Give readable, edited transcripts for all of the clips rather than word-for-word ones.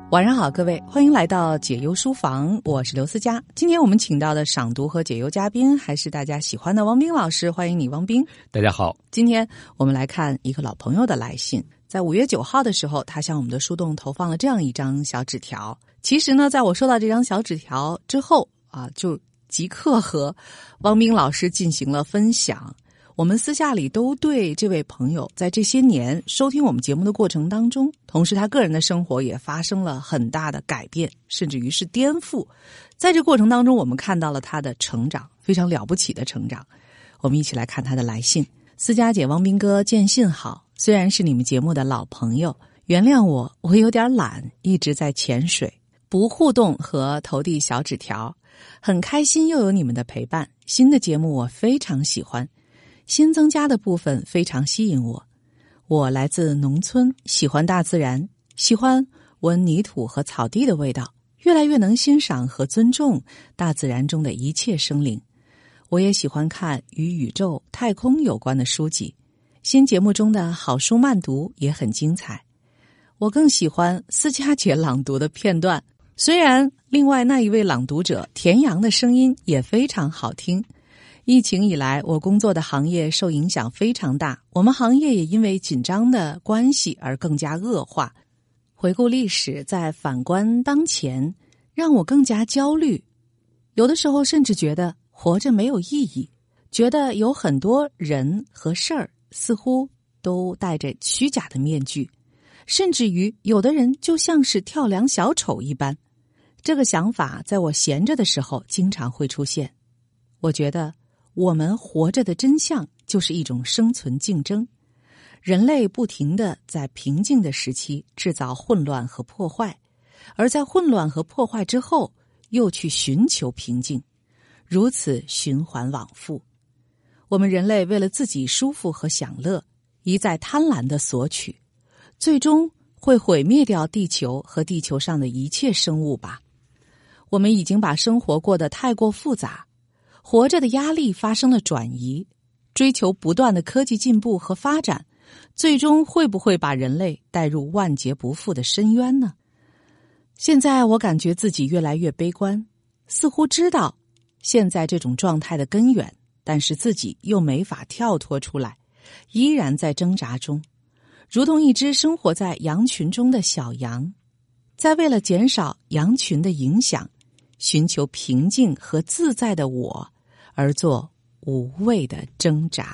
晚上好，各位，欢迎来到解忧书房，我是刘思佳。今天我们请到的赏读和解忧嘉宾还是大家喜欢的汪冰老师，欢迎你，汪冰。 大家好， 今天我们来看一个老朋友的来信。在5月9号的时候，他向我们的树洞投放了这样一张小纸条。其实呢，在我收到这张小纸条之后就即刻和汪冰老师进行了分享。我们私下里都对这位朋友在这些年收听我们节目的过程当中，同时他个人的生活也发生了很大的改变，甚至于是颠覆。在这过程当中，我们看到了他的成长，非常了不起的成长。我们一起来看他的来信。思佳姐、汪冰哥，见信好。虽然是你们节目的老朋友，原谅我有点懒，一直在潜水，不互动和投递小纸条。很开心又有你们的陪伴，新的节目我非常喜欢。新增加的部分非常吸引我。我来自农村，喜欢大自然，喜欢闻泥土和草地的味道，越来越能欣赏和尊重大自然中的一切生灵。我也喜欢看与宇宙、太空有关的书籍。新节目中的好书慢读也很精彩。我更喜欢思佳姐朗读的片段，虽然另外那一位朗读者田阳的声音也非常好听。疫情以来，我工作的行业受影响非常大，我们行业也因为紧张的关系而更加恶化。回顾历史，再反观当前，让我更加焦虑。有的时候甚至觉得活着没有意义，觉得有很多人和事儿似乎都戴着虚假的面具，甚至于有的人就像是跳梁小丑一般。这个想法在我闲着的时候经常会出现。我觉得我们活着的真相就是一种生存竞争，人类不停地在平静的时期制造混乱和破坏，而在混乱和破坏之后又去寻求平静，如此循环往复。我们人类为了自己舒服和享乐，一再贪婪地索取，最终会毁灭掉地球和地球上的一切生物吧。我们已经把生活过得太过复杂，活着的压力发生了转移，追求不断的科技进步和发展，最终会不会把人类带入万劫不复的深渊呢？现在我感觉自己越来越悲观，似乎知道现在这种状态的根源，但是自己又没法跳脱出来，依然在挣扎中，如同一只生活在羊群中的小羊，在为了减少羊群的影响，寻求平静和自在的我而做无谓的挣扎。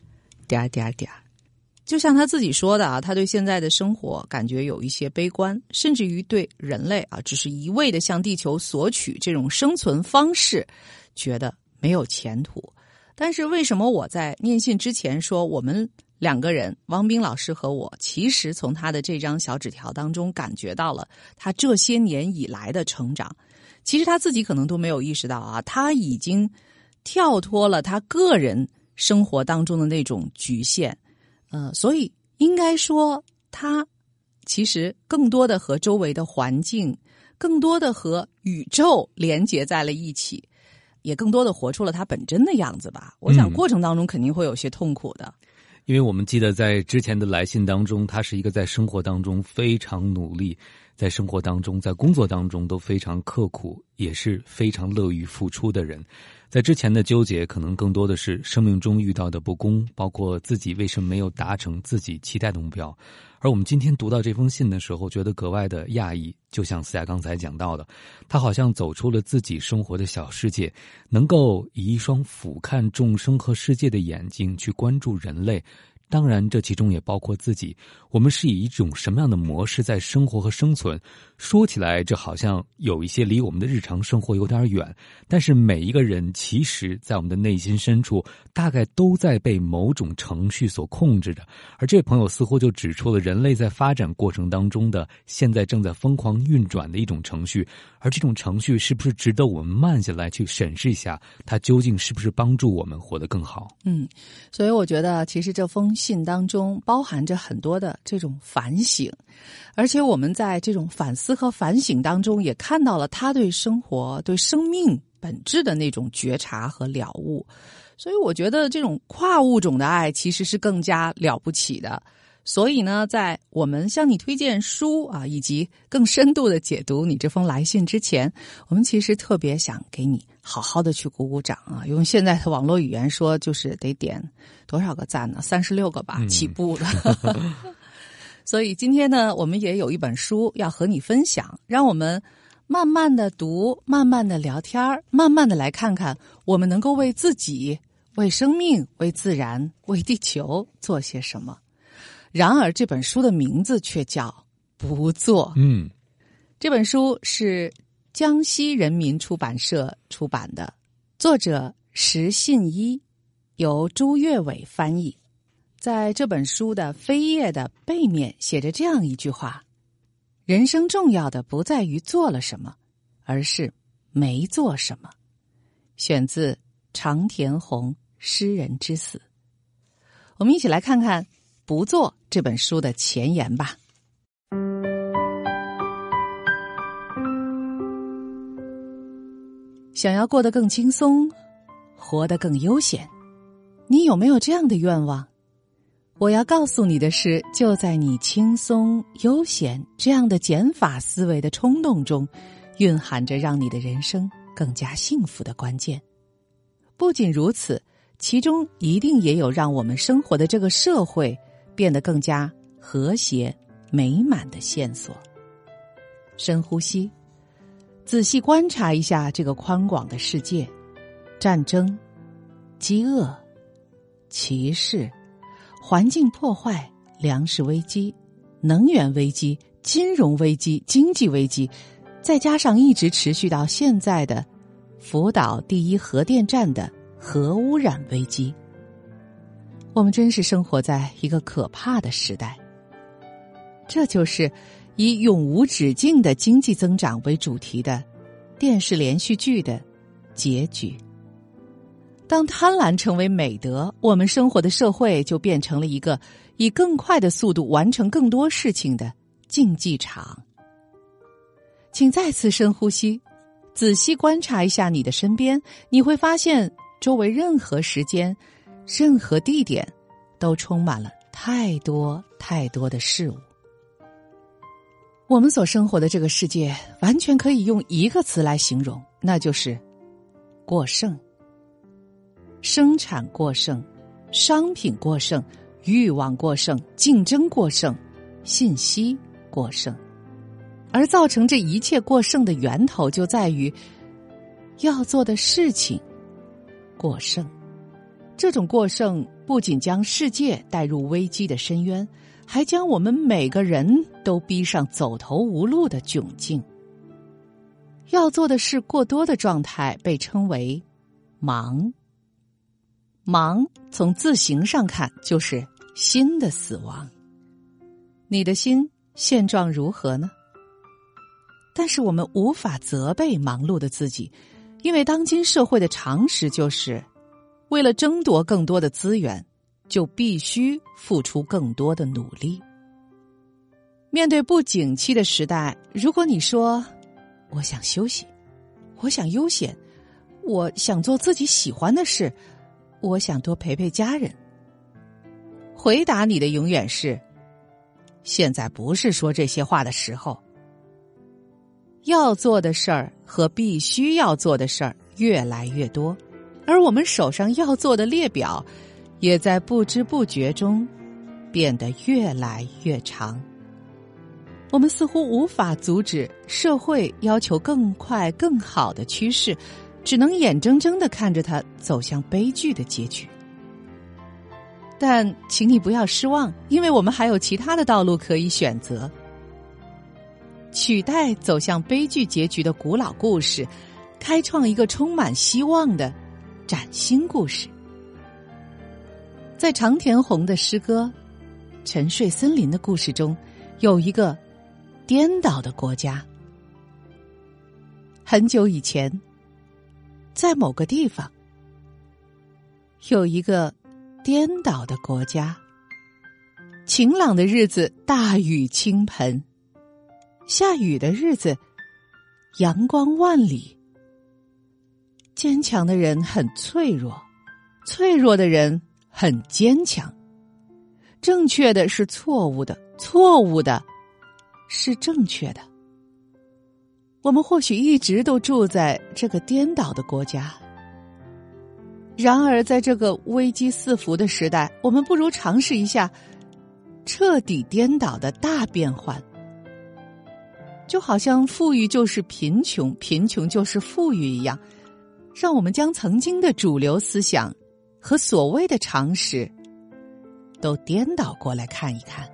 就像他自己说的他对现在的生活感觉有一些悲观，甚至于对人类只是一味的向地球索取这种生存方式觉得没有前途。但是为什么我在念信之前说我们两个人，汪冰老师和我，其实从他的这张小纸条当中感觉到了他这些年以来的成长。其实他自己可能都没有意识到他已经跳脱了他个人生活当中的那种局限。所以应该说他其实更多的和周围的环境，更多的和宇宙连结在了一起，也更多的活出了他本真的样子吧。我想过程当中肯定会有些痛苦的。 因为我们记得在之前的来信当中，他是一个在生活当中非常努力，在生活当中在工作当中都非常刻苦，也是非常乐于付出的人。在之前的纠结可能更多的是生命中遇到的不公，包括自己为什么没有达成自己期待的目标。而我们今天读到这封信的时候，觉得格外的讶异，就像思佳刚才讲到的，他好像走出了自己生活的小世界，能够以一双俯瞰众生和世界的眼睛去关注人类。当然这其中也包括自己，我们是以一种什么样的模式在生活和生存。说起来这好像有一些离我们的日常生活有点远，但是每一个人其实在我们的内心深处大概都在被某种程序所控制着。而这位朋友似乎就指出了人类在发展过程当中的现在正在疯狂运转的一种程序，而这种程序是不是值得我们慢下来去审视一下，它究竟是不是帮助我们活得更好。 所以我觉得其实这封信当中包含着很多的这种反省，而且我们在这种反思和反省当中也看到了他对生活、对生命本质的那种觉察和了悟。所以我觉得这种跨物种的爱其实是更加了不起的。 所以呢，在我们向你推荐书啊，以及更深度的解读你这封来信之前，我们其实特别想给你好好的去鼓鼓掌啊！用现在的网络语言说，就是得点多少个赞呢？36个吧，起步的。所以今天呢，我们也有一本书要和你分享，让我们慢慢的读，慢慢的聊天，慢慢的来看看我们能够为自己、为生命、为自然、为地球做些什么。然而这本书的名字却叫不做。这本书是江西人民出版社出版的，作者石信一，由朱月伟翻译。在这本书的扉页的背面写着这样一句话：人生重要的不在于做了什么，而是没做什么。选自长田宏《诗人之死》。我们一起来看看不做这本书的前言吧。想要过得更轻松，活得更悠闲，你有没有这样的愿望？我要告诉你的是，就在你轻松悠闲这样的减法思维的冲动中，蕴含着让你的人生更加幸福的关键。不仅如此，其中一定也有让我们生活的这个社会变得更加和谐美满的线索。深呼吸，仔细观察一下这个宽广的世界，战争、饥饿、歧视、环境破坏、粮食危机、能源危机、金融危机、经济危机，再加上一直持续到现在的福岛第一核电站的核污染危机。我们真是生活在一个可怕的时代。这就是以永无止境的经济增长为主题的电视连续剧的结局。当贪婪成为美德，我们生活的社会就变成了一个以更快的速度完成更多事情的竞技场。请再次深呼吸，仔细观察一下你的身边，你会发现周围任何时间、任何地点都充满了太多太多的事物。我们所生活的这个世界完全可以用一个词来形容，那就是过剩。生产过剩，商品过剩，欲望过剩，竞争过剩，信息过剩。而造成这一切过剩的源头就在于要做的事情过剩。这种过剩不仅将世界带入危机的深渊，还将我们每个人都逼上走投无路的窘境。要做的事过多的状态被称为忙。忙从字形上看就是心的死亡。你的心现状如何呢？但是我们无法责备忙碌的自己，因为当今社会的常识就是为了争夺更多的资源，就必须付出更多的努力。面对不景气的时代，如果你说我想休息，我想悠闲，我想做自己喜欢的事，我想多陪陪家人，回答你的永远是现在不是说这些话的时候。要做的事儿和必须要做的事儿越来越多，而我们手上要做的列表也在不知不觉中变得越来越长。我们似乎无法阻止社会要求更快更好的趋势，只能眼睁睁地看着它走向悲剧的结局。但请你不要失望，因为我们还有其他的道路可以选择。取代走向悲剧结局的古老故事，开创一个充满希望的崭新故事。在长田宏的诗歌《沉睡森林》的故事中，有一个颠倒的国家。很久以前，在某个地方，有一个颠倒的国家。晴朗的日子，大雨倾盆；下雨的日子，阳光万里。坚强的人很脆弱，脆弱的人很坚强。 正确的是错误的，错误的是正确的。我们或许一直都住在这个颠倒的国家，然而在这个危机四伏的时代，我们不如尝试一下彻底颠倒的大变换。就好像富裕就是贫穷，贫穷就是富裕一样，让我们将曾经的主流思想和所谓的常识都颠倒过来看一看。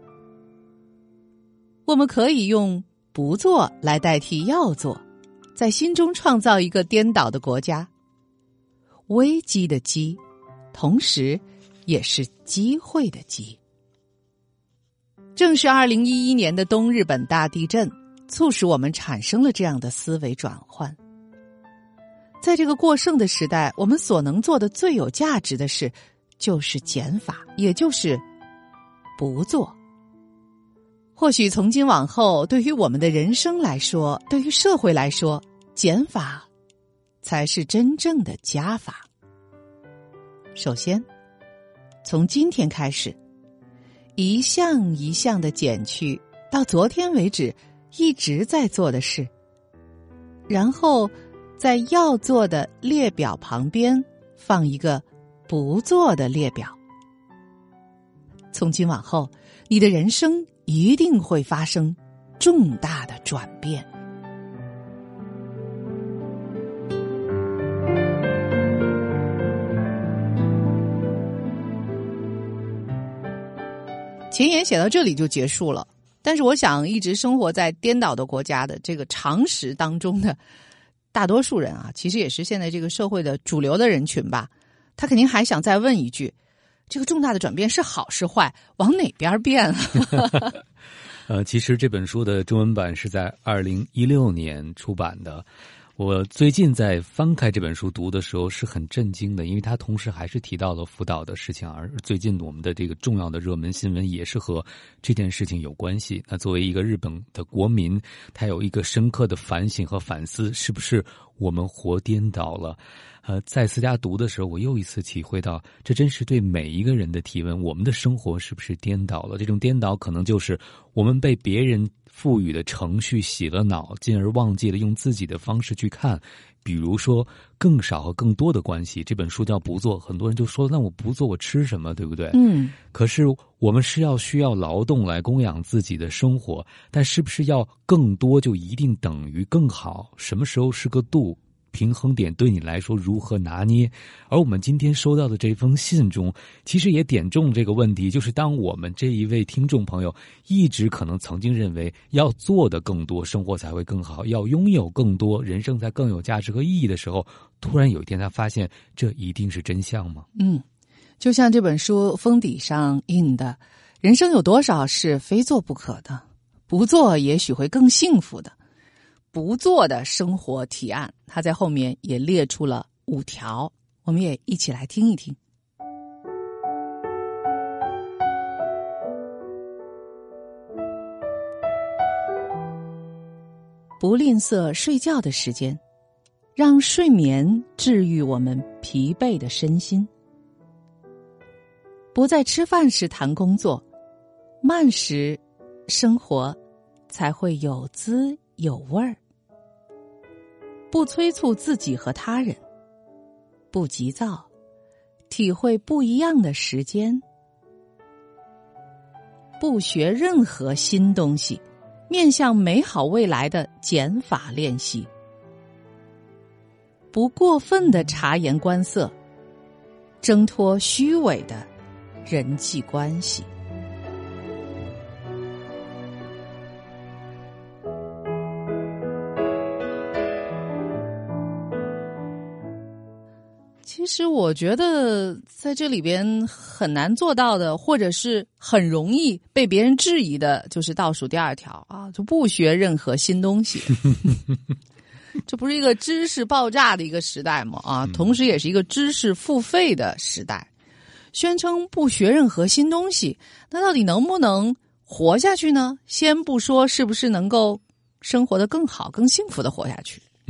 我们可以用不做来代替要做，在心中创造一个颠倒的国家。危机的机，同时也是机会的机。正是2011年的东日本大地震，促使我们产生了这样的思维转换。在这个过剩的时代，我们所能做的最有价值的事，就是减法，也就是不做。或许从今往后，对于我们的人生来说，对于社会来说，减法才是真正的加法。首先，从今天开始，一项一项的减去到昨天为止一直在做的事，然后在要做的列表旁边放一个不做的列表。从今往后，你的人生一定会发生重大的转变。前言写到这里就结束了，但是我想一直生活在颠倒的国家的这个常识当中的大多数人啊，其实也是现在这个社会的主流的人群吧，他肯定还想再问一句，这个重大的转变是好是坏，往哪边变啊？ 其实这本书的中文版是在2016年出版的。我最近在翻开这本书读的时候是很震惊的，因为它同时还是提到了福岛的事情，而最近我们的这个重要的热门新闻也是和这件事情有关系。那作为一个日本的国民，他有一个深刻的反省和反思，是不是我们活颠倒了？在私家读的时候，我又一次体会到，这真是对每一个人的提问，我们的生活是不是颠倒了？这种颠倒可能就是我们被别人赋予的程序洗了脑，进而忘记了用自己的方式去看。比如说更少和更多的关系，这本书叫不做，很多人就说那我不做我吃什么，对不对？可是我们是需要劳动来供养自己的生活，但是不是要更多就一定等于更好？什么时候是个度？平衡点对你来说如何拿捏？而我们今天收到的这封信中，其实也点中这个问题，就是当我们这一位听众朋友一直可能曾经认为要做的更多，生活才会更好，要拥有更多，人生才更有价值和意义的时候，突然有一天他发现这一定是真相吗？ 就像这本书封底上印的，人生有多少是非做不可的，不做也许会更幸福的。不做的生活提案，他在后面也列出了5条，我们也一起来听一听。不吝啬睡觉的时间，让睡眠治愈我们疲惫的身心。不在吃饭时谈工作，慢时生活才会有滋有味儿。不催促自己和他人，不急躁，体会不一样的时间。不学任何新东西，面向美好未来的减法练习。不过分的察言观色，挣脱虚伪的人际关系。其实我觉得在这里边很难做到的，或者是很容易被别人质疑的，就是倒数第2条啊，就不学任何新东西。这不是一个知识爆炸的一个时代吗？啊，同时也是一个知识付费的时代。宣称不学任何新东西，那到底能不能活下去呢？先不说是不是能够生活得更好、更幸福的活下去。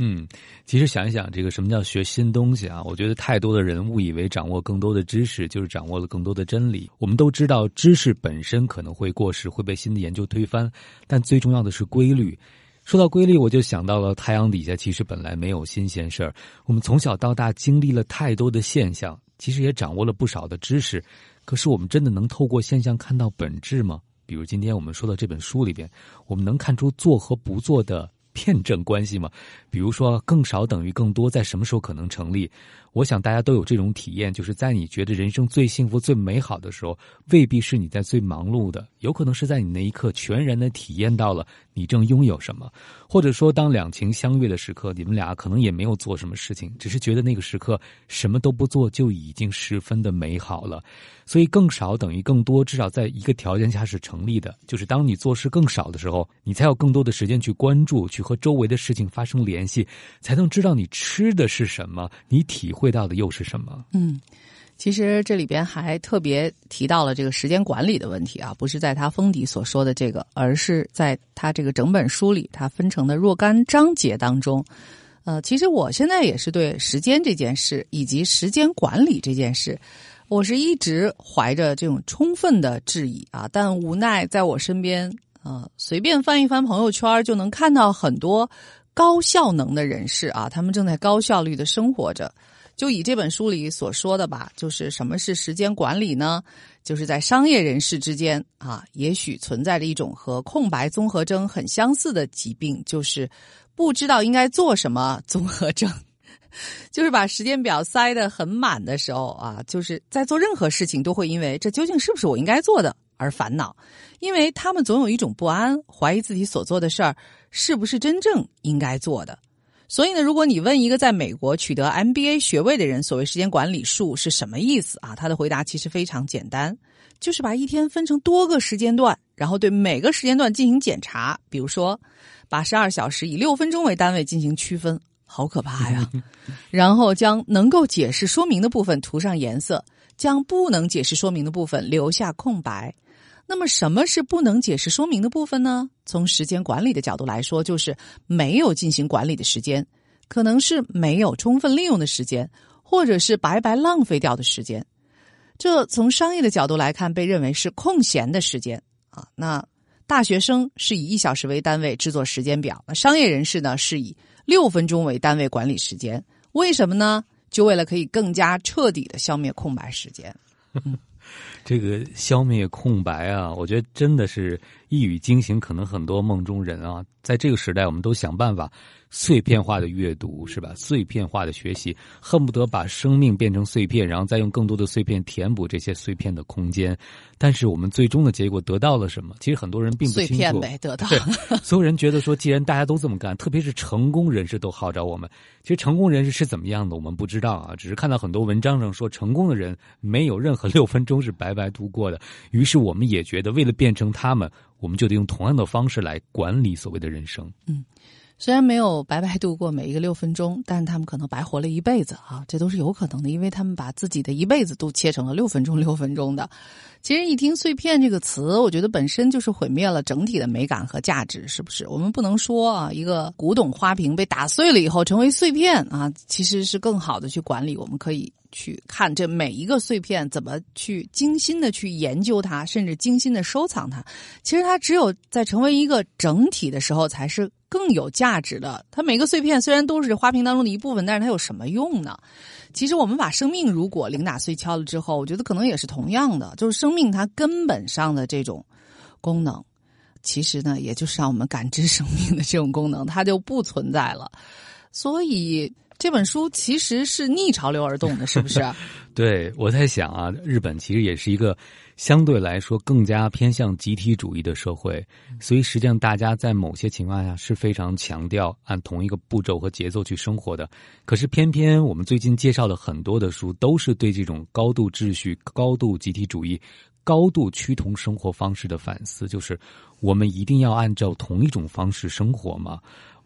其实想一想，这个什么叫学新东西啊？我觉得太多的人误以为掌握更多的知识就是掌握了更多的真理。我们都知道，知识本身可能会过时，会被新的研究推翻，但最重要的是规律。说到规律，我就想到了太阳底下其实本来没有新鲜事儿。我们从小到大经历了太多的现象，其实也掌握了不少的知识，可是我们真的能透过现象看到本质吗？比如今天我们说的这本书里边，我们能看出做和不做的辩证关系吗？比如说更少等于更多在什么时候可能成立？我想大家都有这种体验，就是在你觉得人生最幸福最美好的时候，未必是你在最忙碌的，有可能是在你那一刻全然的体验到了你正拥有什么。或者说当两情相悦的时刻，你们俩可能也没有做什么事情，只是觉得那个时刻什么都不做就已经十分的美好了。所以更少等于更多，至少在一个条件下是成立的，就是当你做事更少的时候，你才有更多的时间去关注，去和周围的事情发生联系，才能知道你吃的是什么，你体会到的又是什么。 其实这里边还特别提到了这个时间管理的问题啊，不是在他封底所说的这个，而是在他这个整本书里他分成的若干章节当中。其实我现在也是对时间这件事以及时间管理这件事，我是一直怀着这种充分的质疑啊，但无奈在我身边随便翻一翻朋友圈就能看到很多高效能的人士啊，他们正在高效率的生活着。就以这本书里所说的吧，就是什么是时间管理呢？就是在商业人士之间啊，也许存在着一种和空白综合征很相似的疾病，就是不知道应该做什么综合症。就是把时间表塞得很满的时候啊，就是在做任何事情都会因为这究竟是不是我应该做的而烦恼，因为他们总有一种不安，怀疑自己所做的事儿是不是真正应该做的。所以呢，如果你问一个在美国取得 MBA 学位的人，所谓时间管理术是什么意思啊？他的回答其实非常简单，就是把一天分成多个时间段，然后对每个时间段进行检查。比如说，把12小时以6分钟为单位进行区分，好可怕呀！然后将能够解释说明的部分涂上颜色，将不能解释说明的部分留下空白。那么什么是不能解释说明的部分呢？从时间管理的角度来说，就是没有进行管理的时间，可能是没有充分利用的时间，或者是白白浪费掉的时间。这从商业的角度来看，被认为是空闲的时间啊。那大学生是以1小时为单位制作时间表，那商业人士呢是以6分钟为单位管理时间。为什么呢？就为了可以更加彻底的消灭空白时间。 这个消灭空白啊，我觉得真的是一语惊醒可能很多梦中人啊。在这个时代，我们都想办法碎片化的阅读，是吧？碎片化的学习，恨不得把生命变成碎片，然后再用更多的碎片填补这些碎片的空间。但是我们最终的结果得到了什么？其实很多人并不清楚。 碎片呗，得到。 所有人觉得说，既然大家都这么干，特别是成功人士都号召我们。其实成功人士是怎么样的，我们不知道啊，只是看到很多文章上说，成功的人没有任何6分钟是白白度过的。于是我们也觉得，为了变成他们，我们就得用同样的方式来管理所谓的人生。 虽然没有白白度过每一个6分钟，但他们可能白活了一辈子啊，这都是有可能的，因为他们把自己的一辈子都切成了6分钟6分钟的。其实一听碎片这个词，我觉得本身就是毁灭了整体的美感和价值，是不是？我们不能说啊，一个古董花瓶被打碎了以后成为碎片啊，其实是更好的去管理。我们可以去看这每一个碎片怎么去精心的去研究它，甚至精心的收藏它。其实它只有在成为一个整体的时候才是更有价值的。它每个碎片虽然都是花瓶当中的一部分，但是它有什么用呢？其实我们把生命如果零打碎敲了之后，我觉得可能也是同样的，就是生命它根本上的这种功能，其实呢也就是让我们感知生命的这种功能它就不存在了。所以这本书其实是逆潮流而动的，是不是？ 对，我在想啊，日本其实也是一个相对来说更加偏向集体主义的社会，所以实际上大家在某些情况下是非常强调按同一个步骤和节奏去生活的。可是偏偏我们最近介绍了很多的书，都是对这种高度秩序、高度集体主义、高度趋同生活方式的反思，就是我们一定要按照同一种方式生活吗？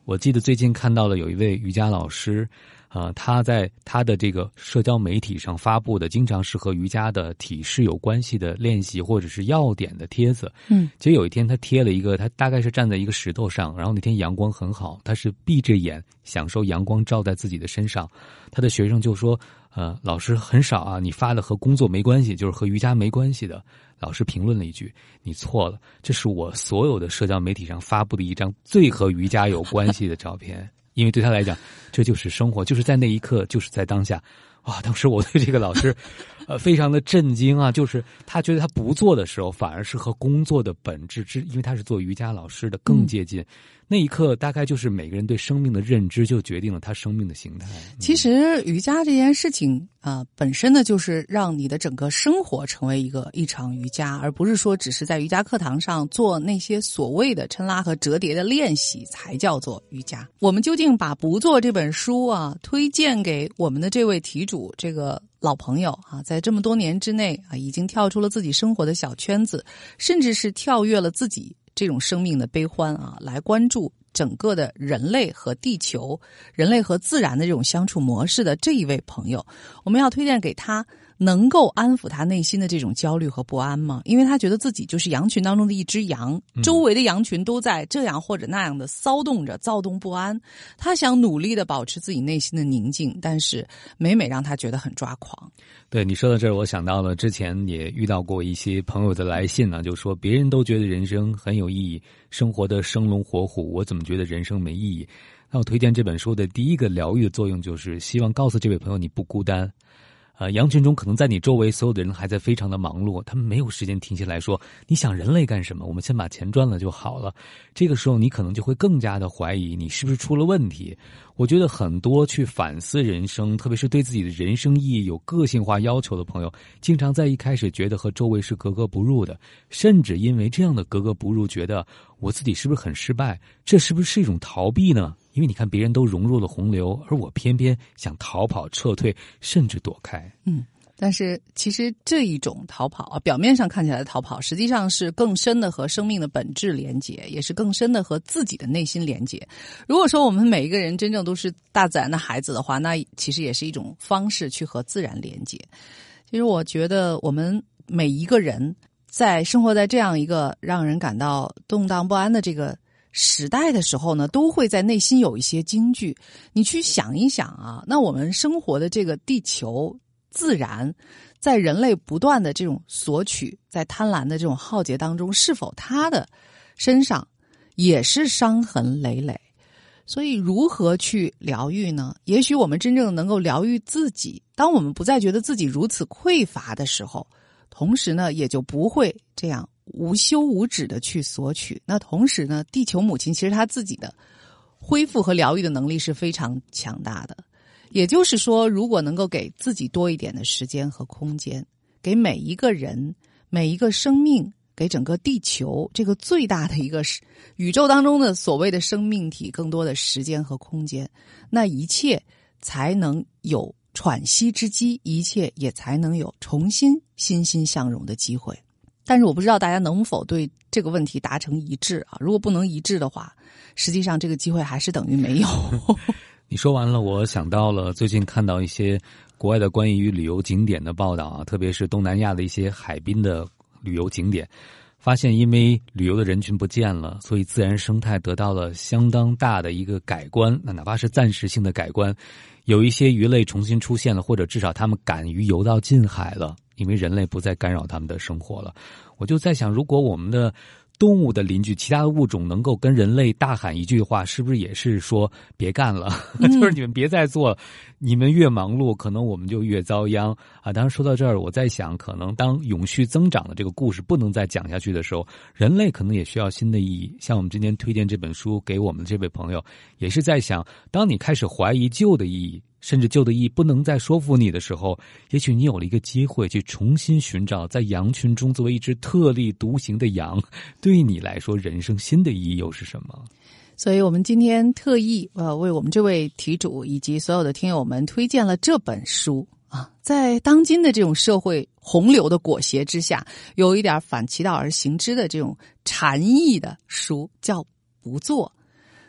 我记得最近看到了有一位瑜伽老师，他在他的这个社交媒体上发布的经常是和瑜伽的体式有关系的练习或者是要点的帖子。其实有一天他贴了一个，他大概是站在一个石头上，然后那天阳光很好，他是闭着眼享受阳光照在自己的身上。他的学生就说，老师很少啊，你发的和工作没关系，就是和瑜伽没关系的。老师评论了一句，你错了，这是我所有的社交媒体上发布的一张最和瑜伽有关系的照片。因为对他来讲，这就是生活，就是在那一刻，就是在当下。哇，当时我对这个老师非常的震惊啊，就是他觉得他不做的时候反而是和工作的本质因为他是做瑜伽老师的更接近。那一刻大概就是每个人对生命的认知就决定了他生命的形态。 其实瑜伽这件事情本身呢，就是让你的整个生活成为一场瑜伽，而不是说只是在瑜伽课堂上做那些所谓的抻拉和折叠的练习才叫做瑜伽。我们究竟把不做这本书推荐给我们的这位题主，这个老朋友在这么多年之内已经跳出了自己生活的小圈子，甚至是跳跃了自己这种生命的悲欢来关注整个的人类和地球、人类和自然的这种相处模式的这一位朋友，我们要推荐给他能够安抚他内心的这种焦虑和不安吗？因为他觉得自己就是羊群当中的一只羊，周围的羊群都在这样或者那样的骚动着，躁动不安。他想努力的保持自己内心的宁静，但是每让他觉得很抓狂。 对，你说到这儿，我想到了之前也遇到过一些朋友的来信呢，就说别人都觉得人生很有意义，生活的生龙活虎，我怎么觉得人生没意义？那我推荐这本书的第一个疗愈的作用就是希望告诉这位朋友你不孤单。羊群中可能在你周围所有的人还在非常的忙碌，他们没有时间停下来说你想人类干什么，我们先把钱赚了就好了。这个时候你可能就会更加的怀疑你是不是出了问题。我觉得很多去反思人生，特别是对自己的人生意义有个性化要求的朋友，经常在一开始觉得和周围是格格不入的，甚至因为这样的格格不入觉得我自己是不是很失败，这是不是一种逃避呢？因为你看别人都融入了洪流，而我偏偏想逃跑撤退，甚至躲开。 但是其实这一种逃跑表面上看起来的逃跑，实际上是更深的和生命的本质连结，也是更深的和自己的内心连结。如果说我们每一个人真正都是大自然的孩子的话，那其实也是一种方式去和自然连结。其实我觉得我们每一个人在生活在这样一个让人感到动荡不安的这个时代的时候呢，都会在内心有一些惊惧。你去想一想那我们生活的这个地球自然，在人类不断的这种索取，在贪婪的这种浩劫当中，是否他的身上也是伤痕累累？所以如何去疗愈呢？也许我们真正能够疗愈自己，当我们不再觉得自己如此匮乏的时候，同时呢也就不会这样无休无止的去索取。那同时呢，地球母亲其实她自己的恢复和疗愈的能力是非常强大的。也就是说，如果能够给自己多一点的时间和空间，给每一个人、每一个生命，给整个地球这个最大的一个宇宙当中的所谓的生命体更多的时间和空间，那一切才能有喘息之机，一切也才能有重新欣欣向荣的机会。但是我不知道大家能否对这个问题达成一致如果不能一致的话，实际上这个机会还是等于没有。 你说完了，我想到了最近看到一些国外的关于旅游景点的报道特别是东南亚的一些海滨的旅游景点，发现因为旅游的人群不见了，所以自然生态得到了相当大的一个改观，哪怕是暂时性的改观。有一些鱼类重新出现了，或者至少他们敢于游到近海了，因为人类不再干扰他们的生活了。我就在想，如果我们的动物的邻居其他的物种能够跟人类大喊一句话，是不是也是说别干了就是你们别再做了，你们越忙碌可能我们就越遭殃当然说到这儿，我在想可能当永续增长的这个故事不能再讲下去的时候，人类可能也需要新的意义。像我们今天推荐这本书给我们的这位朋友，也是在想，当你开始怀疑旧的意义，甚至旧的意义不能再说服你的时候，也许你有了一个机会去重新寻找在羊群中作为一只特立独行的羊，对于你来说人生新的意义又是什么？ 所以我们今天特意为我们这位题主以及所有的听友们推荐了这本书在当今的这种社会洪流的裹挟之下，有一点反其道而行之的这种禅意的书，叫不做。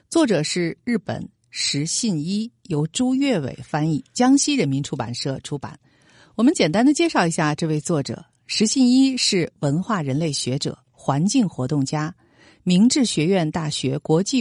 作者是日本石信一，由朱月伟翻译，江西人民出版社出版。我们简单的介绍一下这位作者。石信一是文化人类学者、环境活动家，明治学院大学国际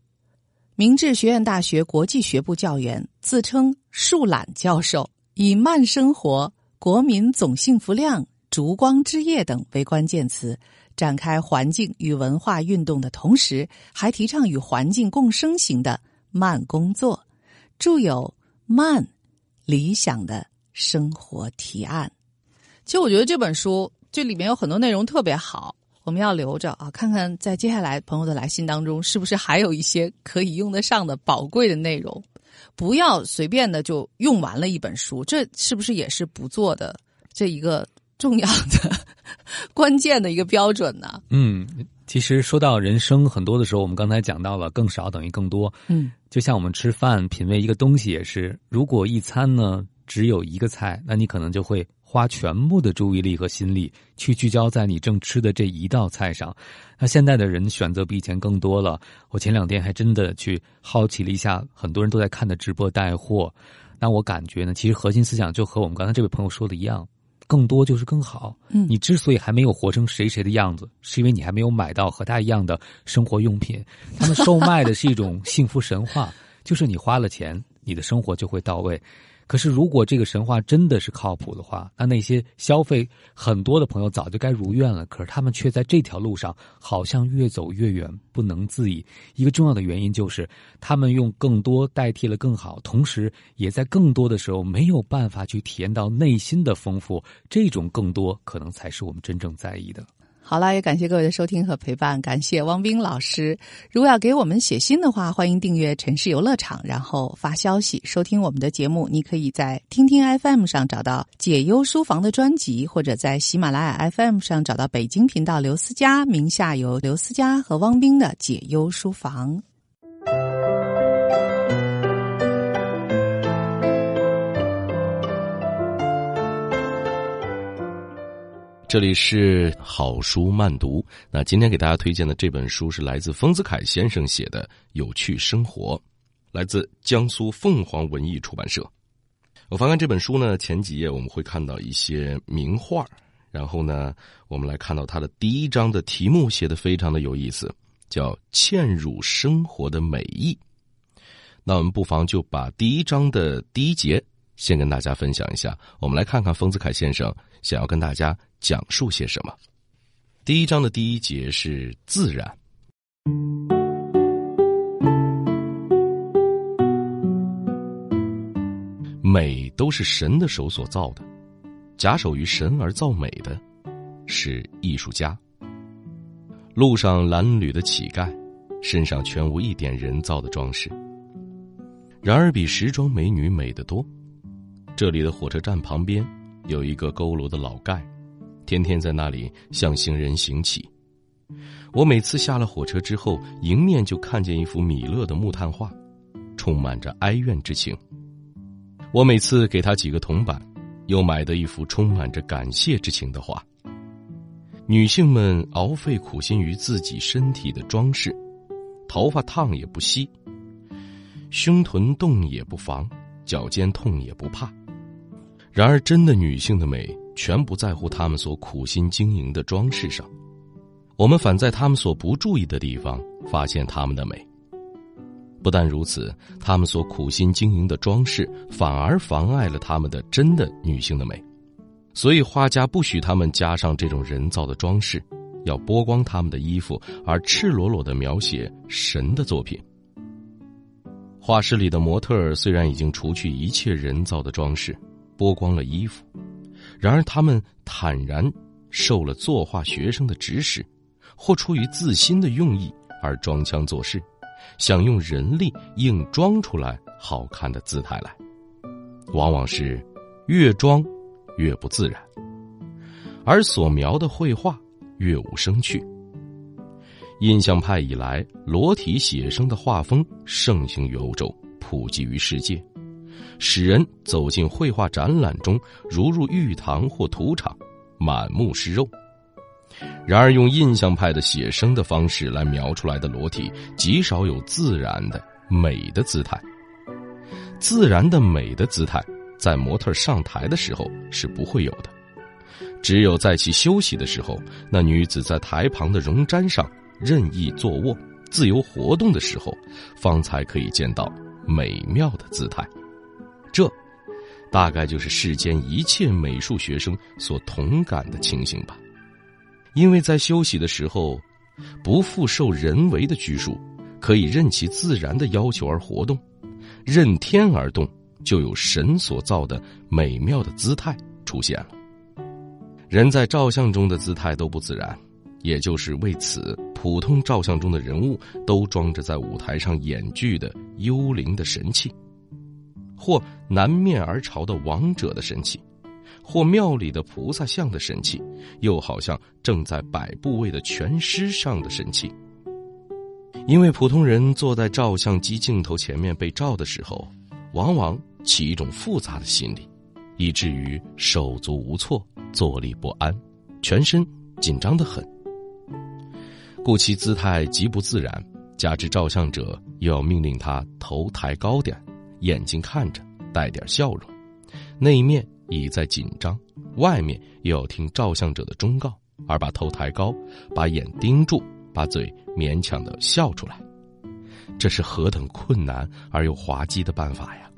学部教员，自称树懒教授，以慢生活、国民总幸福量、烛光之夜等为关键词，展开环境与文化运动的同时，还提倡与环境共生型的慢工作，著有《慢理想的生活提案》。其实我觉得这本书这里面有很多内容特别好，我们要留着啊，看看在接下来朋友的来信当中是不是还有一些可以用得上的宝贵的内容，不要随便的就用完了一本书，这是不是也是不做的这一个重要的关键的一个标准呢？ 其实说到人生，很多的时候我们刚才讲到了更少等于更多。就像我们吃饭品味一个东西也是，如果一餐呢只有一个菜，那你可能就会花全部的注意力和心力去聚焦在你正吃的这一道菜上。那现在的人选择比以前更多了，我前2天还真的去好奇了一下很多人都在看的直播带货，那我感觉呢，其实核心思想就和我们刚才这位朋友说的一样，更多就是更好。你之所以还没有活成谁的样子，是因为你还没有买到和他一样的生活用品。他们售卖的是一种幸福神话，就是你花了钱，你的生活就会到位。可是如果这个神话真的是靠谱的话，那些消费很多的朋友早就该如愿了，可是他们却在这条路上好像越走越远，不能自已。一个重要的原因就是他们用更多代替了更好，同时也在更多的时候没有办法去体验到内心的丰富，这种更多可能才是我们真正在意的。 好了，也感谢各位的收听和陪伴，感谢汪冰老师。如果要给我们写信的话，欢迎订阅城市游乐场，然后发消息收听我们的节目。你可以在听听 FM 上找到解忧书房的专辑，或者在喜马拉雅 FM 上找到北京频道刘思佳，名下有刘思佳和汪冰的解忧书房。 这里是好书慢读。那今天给大家推荐的这本书是来自丰子恺先生写的《有趣生活》，来自江苏凤凰文艺出版社。我翻看这本书呢，前几页我们会看到一些名画，然后呢我们来看到它的第1章的题目写得非常的有意思，叫嵌入生活的美意。那我们不妨就把第1章的第1节先跟大家分享一下，我们来看看丰子恺先生想要跟大家讲述些什么。第1章的第1节是自然。美都是神的手所造的，假手于神而造美的是艺术家。路上褴褛的乞丐，身上全无一点人造的装饰，然而比时装美女美得多。这里的火车站旁边有一个佝偻的老盖，天天在那里向行人行乞。我每次下了火车之后，迎面就看见一幅米勒的木炭画，充满着哀怨之情。我每次给他几个铜板，又买得一幅充满着感谢之情的画。女性们熬费苦心于自己身体的装饰，头发烫也不惜，胸臀动也不防，脚尖痛也不怕。然而真的女性的美全不在乎她们所苦心经营的装饰上，我们反在她们所不注意的地方发现她们的美。不但如此，她们所苦心经营的装饰反而妨碍了她们的真的女性的美。所以画家不许她们加上这种人造的装饰，要剥光她们的衣服，而赤裸裸地描写神的作品。画室里的模特儿虽然已经除去一切人造的装饰，剥光了衣服，然而他们坦然受了作画学生的指使，或出于自心的用意而装腔作势，想用人力硬装出来好看的姿态来，往往是越装越不自然，而所描的绘画越无生趣。印象派以来，裸体写生的画风盛行于欧洲，普及于世界，使人走进绘画展览中如入浴堂或土场，满目是肉。 然而用印象派的写生的方式来描出来的裸体，极少有自然的美的姿态。自然的美的姿态，在模特上台的时候是不会有的，只有在其休息的时候，那女子在台旁的绒毡上任意坐卧、自由活动的时候，方才可以见到美妙的姿态。这大概就是世间一切美术学生所同感的情形吧。因为在休息的时候，不复受人为的拘束，可以任其自然的要求而活动，任天而动，就有神所造的美妙的姿态出现了。人在照相中的姿态都不自然，也就是为此，普通照相中的人物都装着在舞台上演剧的幽灵的神气，或南面而朝的王者的神气，或庙里的菩萨像的神气，又好像正在摆部位的全尸上的神气。因为普通人坐在照相机镜头前面被照的时候，往往起一种复杂的心理，以至于手足无措，坐立不安，全身紧张得很，故其姿态极不自然，加之照相者又要命令他头抬高点，眼睛看着，带点笑容，内面已在紧张，外面又要听照相者的忠告，而把头抬高，把眼盯住，把嘴勉强地笑出来，这是何等困难而又滑稽的办法呀！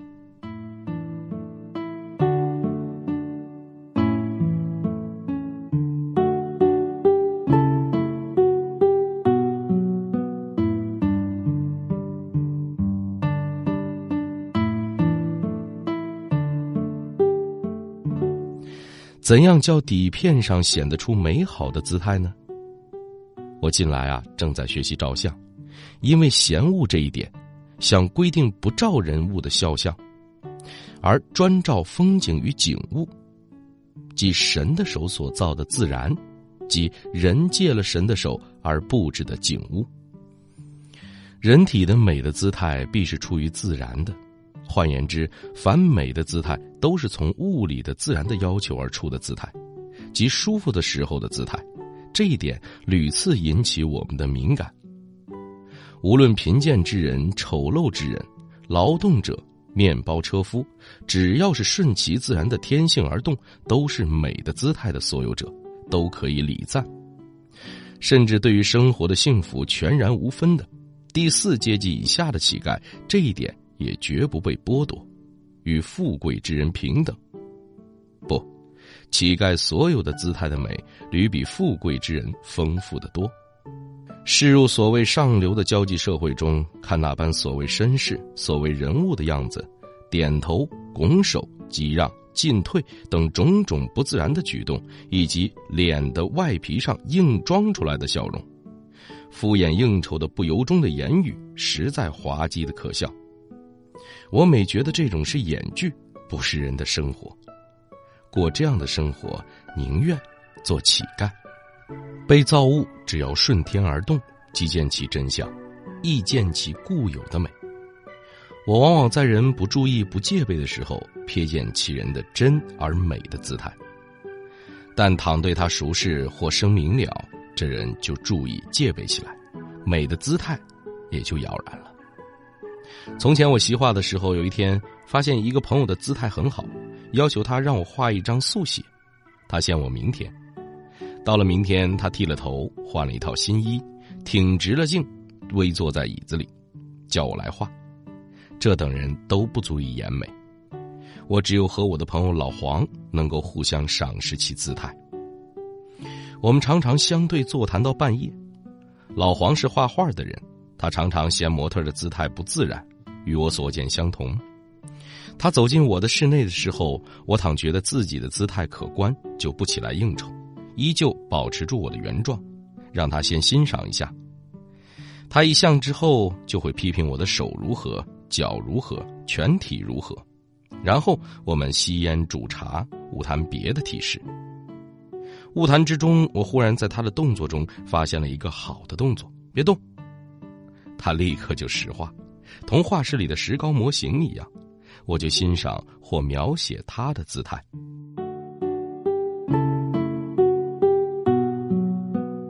怎样叫底片上显得出美好的姿态呢？我近来正在学习照相，因为嫌恶这一点，想规定不照人物的肖像，而专照风景与景物，即神的手所造的自然，即人借了神的手而布置的景物。人体的美的姿态必是出于自然的，换言之，凡美的姿态都是从物理的自然的要求而出的姿态，即舒服的时候的姿态。这一点屡次引起我们的敏感。无论贫贱之人、丑陋之人、劳动者、面包车夫，只要是顺其自然的天性而动，都是美的姿态的所有者，都可以礼赞。甚至对于生活的幸福全然无分的第四阶级以下的乞丐，这一点也绝不被剥夺，与富贵之人平等。不，乞丐所有的姿态的美，屡比富贵之人丰富得多。视入所谓上流的交际社会中，看那般所谓绅士、所谓人物的样子，点头、拱手、击让、进退等种种不自然的举动，以及脸的外皮上硬装出来的笑容，敷衍应酬的不由衷的言语，实在滑稽的可笑。我每觉得这种是演剧，不是人的生活。过这样的生活，宁愿做乞丐。被造物只要顺天而动，即见其真相，亦见其固有的美。我往往在人不注意、不戒备的时候，瞥见其人的真而美的姿态，但倘对他熟识或生明了，这人就注意戒备起来，美的姿态也就杳然了。从前我习画的时候，有一天发现一个朋友的姿态很好，要求他让我画一张速写，他限我明天。到了明天，他剃了头，换了一套新衣，挺直了颈，微坐在椅子里，叫我来画。这等人都不足以言美，我只有和我的朋友老黄能够互相赏识其姿态。我们常常相对座谈到半夜。老黄是画画的人，他常常嫌模特的姿态不自然，与我所见相同。他走进我的室内的时候，我倘觉得自己的姿态可观，就不起来应酬，依旧保持住我的原状，让他先欣赏一下。他一相之后，就会批评我的手如何，脚如何，全体如何，然后我们吸烟煮茶，勿谈别的体式。晤谈之中，我忽然在他的动作中发现了一个好的动作，别动。他立刻就石化，同画室里的石膏模型一样，我就欣赏或描写他的姿态。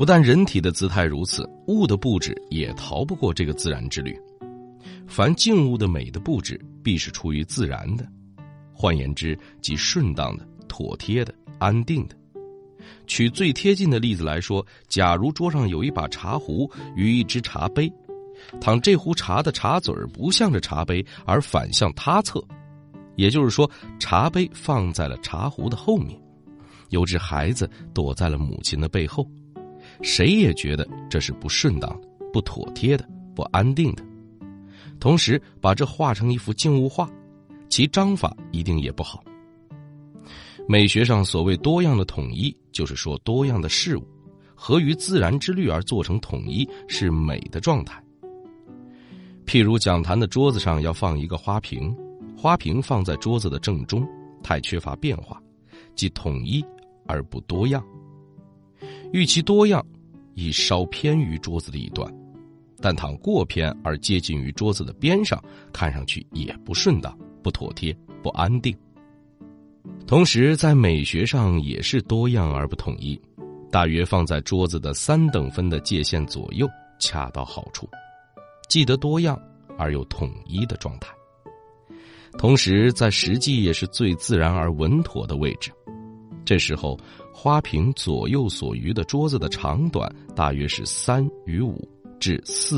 不但人体的姿态如此，物的布置也逃不过这个自然之律。凡静物的美的布置，必是出于自然的，换言之，即顺当的、妥帖的、安定的。取最贴近的例子来说，假如桌上有一把茶壶与一只茶杯，倘这壶茶的茶嘴不向着茶杯，而反向他侧，也就是说，茶杯放在了茶壶的后面，有只孩子躲在了母亲的背后，谁也觉得这是不顺当的、不妥帖的、不安定的。同时把这画成一幅静物画，其章法一定也不好。美学上所谓多样的统一，就是说多样的事物合于自然之律而做成统一，是美的状态。譬如讲坛的桌子上要放一个花瓶，花瓶放在桌子的正中，太缺乏变化，即统一而不多样。欲其多样，亦稍偏于桌子的一端，但倘过偏而接近于桌子的边上，看上去也不顺当、不妥帖、不安定。同时在美学上也是多样而不统一，大约放在桌子的3等分的界限左右，恰到好处，既得多样而又统一的状态。同时在实际也是最自然而稳妥的位置。这时候花瓶左右所余的桌子的长短大约是3:5至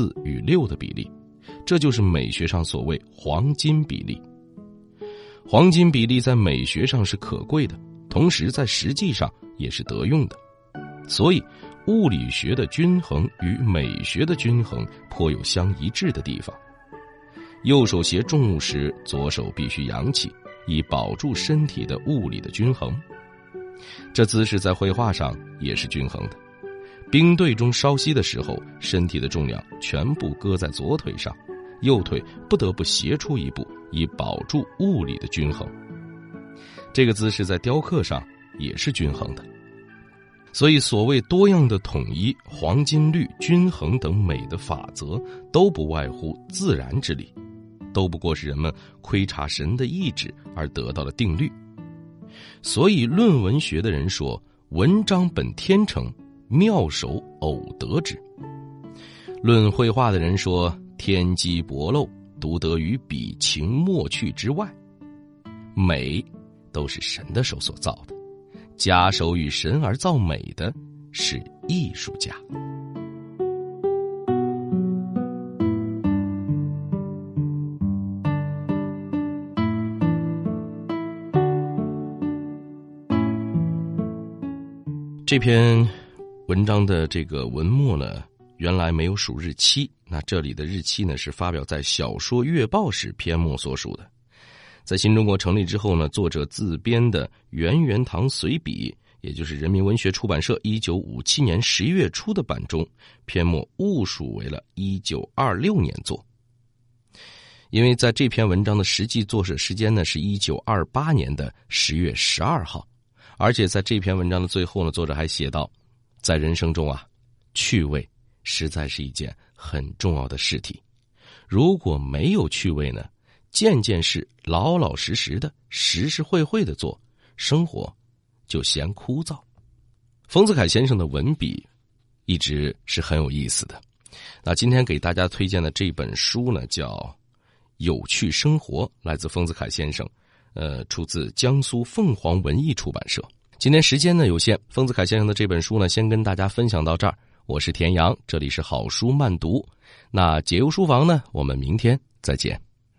4:6的比例，这就是美学上所谓黄金比例。黄金比例在美学上是可贵的，同时在实际上也是得用的。所以物理学的均衡与美学的均衡颇有相一致的地方。右手携重物时，左手必须扬起，以保住身体的物理的均衡。这姿势在绘画上也是均衡的。兵队中稍息的时候，身体的重量全部搁在左腿上，右腿不得不斜出一步，以保住物理的均衡。这个姿势在雕刻上也是均衡的。所以所谓多样的统一、黄金律、均衡等美的法则，都不外乎自然之理，都不过是人们窥察神的意志而得到的定律。所以论文学的人说，文章本天成，妙手偶得之。论绘画的人说，天机薄漏，独得于笔情墨趣之外。美都是神的手所造的，假手与神而造美的是艺术家。这篇文章的这个文末呢，原来没有属日期，那这里的日期呢是发表在《小说月报》时篇末所属的。在新中国成立之后呢，作者自编的《圆圆堂随笔》，也就是人民文学出版社1957年11月初的版中，篇末误属为了1926年作。因为在这篇文章的实际作者时间呢是1928年的10月12号，而且在这篇文章的最后呢，作者还写道，在人生中啊，趣味实在是一件很重要的事体。如果没有趣味呢，件件事老老实实的、实实惠惠的做，生活就嫌枯燥。丰子恺先生的文笔一直是很有意思的。那今天给大家推荐的这本书呢，叫《有趣生活》，来自丰子恺先生，出自江苏凤凰文艺出版社。今天时间呢有限，丰子恺先生的这本书呢，先跟大家分享到这儿。我是田阳，这里是好书慢读。那解忧书房呢，我们明天再见。